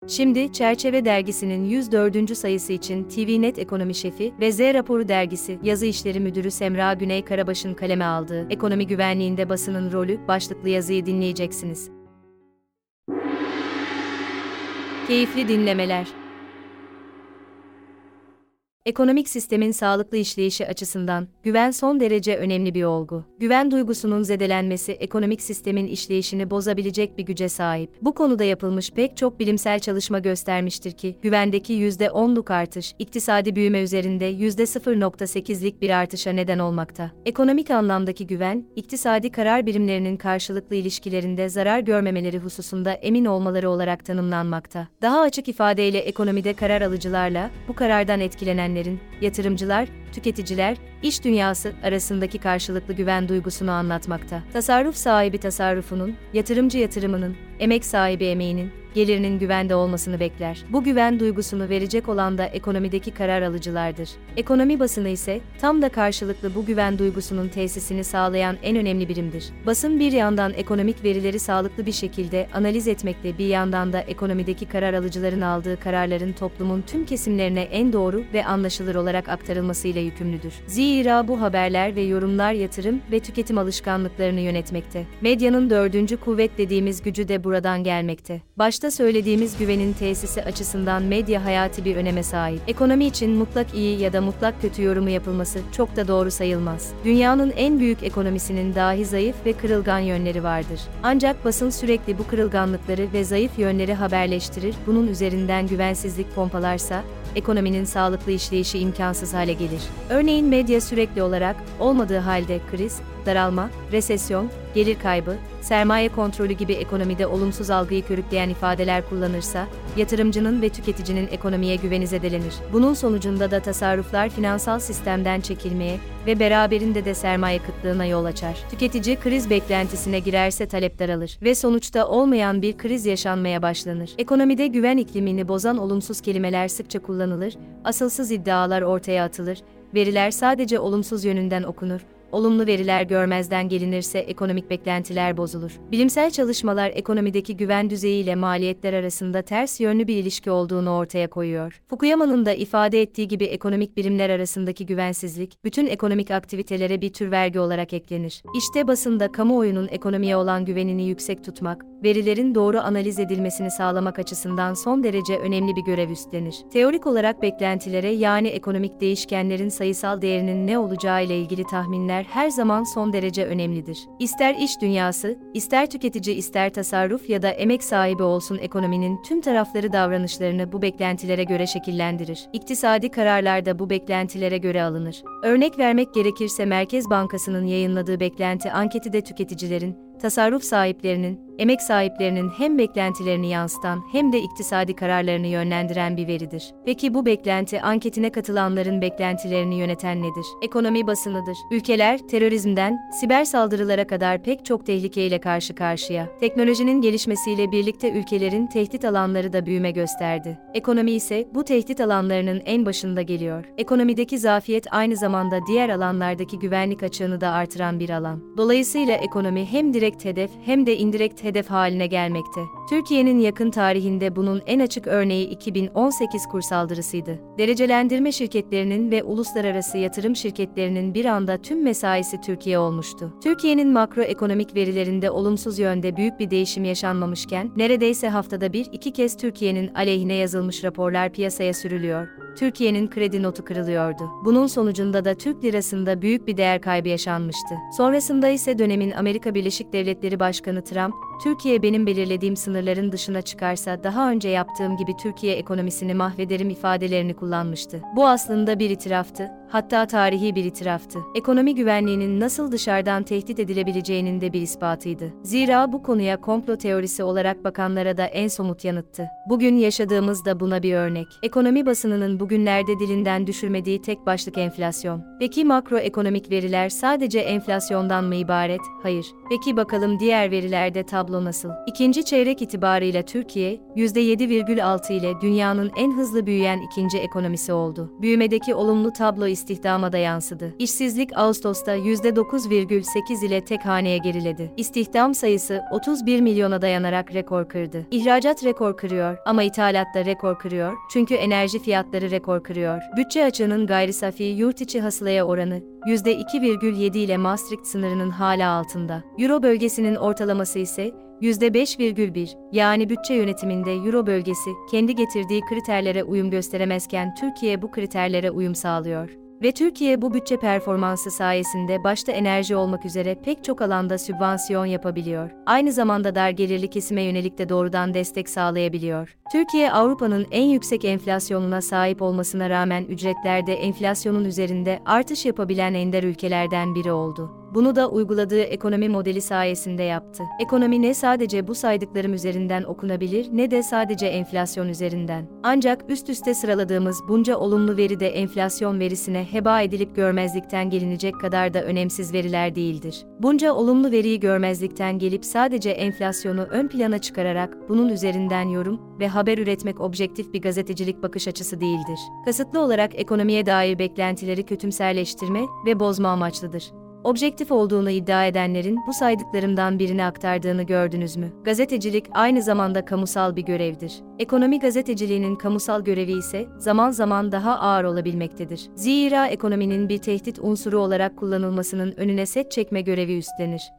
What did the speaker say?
Şimdi Çerçeve Dergisi'nin 104. sayısı için TVNet Ekonomi Şefi ve Z Raporu Dergisi Yazı İşleri Müdürü Semra Güney Karabaş'ın kaleme aldığı "Ekonomi güvenliğinde basının rolü" başlıklı yazıyı dinleyeceksiniz. Keyifli dinlemeler. Ekonomik sistemin sağlıklı işleyişi açısından, güven son derece önemli bir olgu. Güven duygusunun zedelenmesi ekonomik sistemin işleyişini bozabilecek bir güce sahip. Bu konuda yapılmış pek çok bilimsel çalışma göstermiştir ki, güvendeki %10'luk artış, iktisadi büyüme üzerinde %0.8'lik bir artışa neden olmakta. Ekonomik anlamdaki güven, iktisadi karar birimlerinin karşılıklı ilişkilerinde zarar görmemeleri hususunda emin olmaları olarak tanımlanmakta. Daha açık ifadeyle ekonomide karar alıcılarla, bu karardan etkilenenlerin, yatırımcılar, tüketiciler, iş dünyası arasındaki karşılıklı güven duygusunu anlatmakta. Tasarruf sahibi tasarrufunun, yatırımcı yatırımının, emek sahibi emeğinin, gelirinin güvende olmasını bekler. Bu güven duygusunu verecek olan da ekonomideki karar alıcılardır. Ekonomi basını ise tam da karşılıklı bu güven duygusunun tesisini sağlayan en önemli birimdir. Basın bir yandan ekonomik verileri sağlıklı bir şekilde analiz etmekte, bir yandan da ekonomideki karar alıcıların aldığı kararların toplumun tüm kesimlerine en doğru ve anlaşılır olarak aktarılmasıyla yükümlüdür. Zira bu haberler ve yorumlar yatırım ve tüketim alışkanlıklarını yönetmekte. Medyanın dördüncü kuvvet dediğimiz gücü de buradan gelmekte. Başta söylediğimiz güvenin tesisi açısından medya hayati bir öneme sahip. Ekonomi için mutlak iyi ya da mutlak kötü yorumu yapılması çok da doğru sayılmaz. Dünyanın en büyük ekonomisinin dahi zayıf ve kırılgan yönleri vardır. Ancak basın sürekli bu kırılganlıkları ve zayıf yönleri haberleştirir, bunun üzerinden güvensizlik pompalarsa, ekonominin sağlıklı işleyişi imkansız hale gelir. Örneğin medya sürekli olarak, olmadığı halde kriz, daralma, resesyon, gelir kaybı, sermaye kontrolü gibi ekonomide olumsuz algıyı körükleyen ifadeler kullanırsa, yatırımcının ve tüketicinin ekonomiye güveni zedelenir. Bunun sonucunda da tasarruflar finansal sistemden çekilmeye ve beraberinde de sermaye kıtlığına yol açar. Tüketici kriz beklentisine girerse talep daralır ve sonuçta olmayan bir kriz yaşanmaya başlanır. Ekonomide güven iklimini bozan olumsuz kelimeler sıkça kullanılır, asılsız iddialar ortaya atılır, veriler sadece olumsuz yönünden okunur. Olumlu veriler görmezden gelinirse ekonomik beklentiler bozulur. Bilimsel çalışmalar ekonomideki güven düzeyi ile maliyetler arasında ters yönlü bir ilişki olduğunu ortaya koyuyor. Fukuyama'nın da ifade ettiği gibi ekonomik birimler arasındaki güvensizlik, bütün ekonomik aktivitelere bir tür vergi olarak eklenir. İşte basında kamuoyunun ekonomiye olan güvenini yüksek tutmak, verilerin doğru analiz edilmesini sağlamak açısından son derece önemli bir görev üstlenir. Teorik olarak beklentilere, yani ekonomik değişkenlerin sayısal değerinin ne olacağı ile ilgili tahminler her zaman son derece önemlidir. İster iş dünyası, ister tüketici, ister tasarruf ya da emek sahibi olsun, ekonominin tüm tarafları davranışlarını bu beklentilere göre şekillendirir. İktisadi kararlar da bu beklentilere göre alınır. Örnek vermek gerekirse Merkez Bankası'nın yayınladığı beklenti anketi de tüketicilerin, tasarruf sahiplerinin, emek sahiplerinin hem beklentilerini yansıtan hem de iktisadi kararlarını yönlendiren bir veridir. Peki bu beklenti anketine katılanların beklentilerini yöneten nedir? Ekonomi basınıdır. Ülkeler, terörizmden, siber saldırılara kadar pek çok tehlikeyle karşı karşıya. Teknolojinin gelişmesiyle birlikte ülkelerin tehdit alanları da büyüme gösterdi. Ekonomi ise bu tehdit alanlarının en başında geliyor. Ekonomideki zafiyet aynı zamanda diğer alanlardaki güvenlik açığını da artıran bir alan. Dolayısıyla ekonomi hem direkt hedef hem de indirekt hedef haline gelmekte. Türkiye'nin yakın tarihinde bunun en açık örneği 2018 kur saldırısıydı. Derecelendirme şirketlerinin ve uluslararası yatırım şirketlerinin bir anda tüm mesaisi Türkiye olmuştu. Türkiye'nin makroekonomik verilerinde olumsuz yönde büyük bir değişim yaşanmamışken, neredeyse haftada iki kez Türkiye'nin aleyhine yazılmış raporlar piyasaya sürülüyor. Türkiye'nin kredi notu kırılıyordu. Bunun sonucunda da Türk lirasında büyük bir değer kaybı yaşanmıştı. Sonrasında ise dönemin Amerika Birleşik Devletleri Başkanı Trump, "Türkiye benim belirlediğim sınırların dışına çıkarsa daha önce yaptığım gibi Türkiye ekonomisini mahvederim" ifadelerini kullanmıştı. Bu aslında bir itiraftı, hatta tarihi bir itiraftı. Ekonomi güvenliğinin nasıl dışarıdan tehdit edilebileceğinin de bir ispatıydı. Zira bu konuya komplo teorisi olarak bakanlara da en somut yanıttı. Bugün yaşadığımız da buna bir örnek. Ekonomi basınının bugünlerde dilinden düşürmediği tek başlık enflasyon. Peki makroekonomik veriler sadece enflasyondan mı ibaret? Hayır. Peki bakalım diğer verilerde tablo tablo nasıl? İkinci çeyrek itibarıyla Türkiye, %7,6 ile dünyanın en hızlı büyüyen ikinci ekonomisi oldu. Büyümedeki olumlu tablo istihdama da yansıdı. İşsizlik Ağustos'ta %9,8 ile tek haneye geriledi. İstihdam sayısı 31 milyona dayanarak rekor kırdı. İhracat rekor kırıyor ama ithalat da rekor kırıyor çünkü enerji fiyatları rekor kırıyor. Bütçe açığının gayri safi yurt içi hasılaya oranı %2,7 ile Maastricht sınırının hala altında. Euro bölgesinin ortalaması ise %5,1, yani bütçe yönetiminde Euro bölgesi kendi getirdiği kriterlere uyum gösteremezken Türkiye bu kriterlere uyum sağlıyor. Ve Türkiye bu bütçe performansı sayesinde başta enerji olmak üzere pek çok alanda sübvansiyon yapabiliyor. Aynı zamanda dar gelirli kesime yönelik de doğrudan destek sağlayabiliyor. Türkiye Avrupa'nın en yüksek enflasyonuna sahip olmasına rağmen ücretlerde enflasyonun üzerinde artış yapabilen ender ülkelerden biri oldu. Bunu da uyguladığı ekonomi modeli sayesinde yaptı. Ekonomi ne sadece bu saydıklarım üzerinden okunabilir ne de sadece enflasyon üzerinden. Ancak üst üste sıraladığımız bunca olumlu veri de enflasyon verisine heba edilip görmezlikten gelinecek kadar da önemsiz veriler değildir. Bunca olumlu veriyi görmezlikten gelip sadece enflasyonu ön plana çıkararak bunun üzerinden yorum ve haber üretmek objektif bir gazetecilik bakış açısı değildir. Kasıtlı olarak ekonomiye dair beklentileri kötümserleştirme ve bozma amaçlıdır. Objektif olduğunu iddia edenlerin bu saydıklarımdan birini aktardığını gördünüz mü? Gazetecilik aynı zamanda kamusal bir görevdir. Ekonomi gazeteciliğinin kamusal görevi ise zaman zaman daha ağır olabilmektedir. Zira ekonominin bir tehdit unsuru olarak kullanılmasının önüne set çekme görevi üstlenir.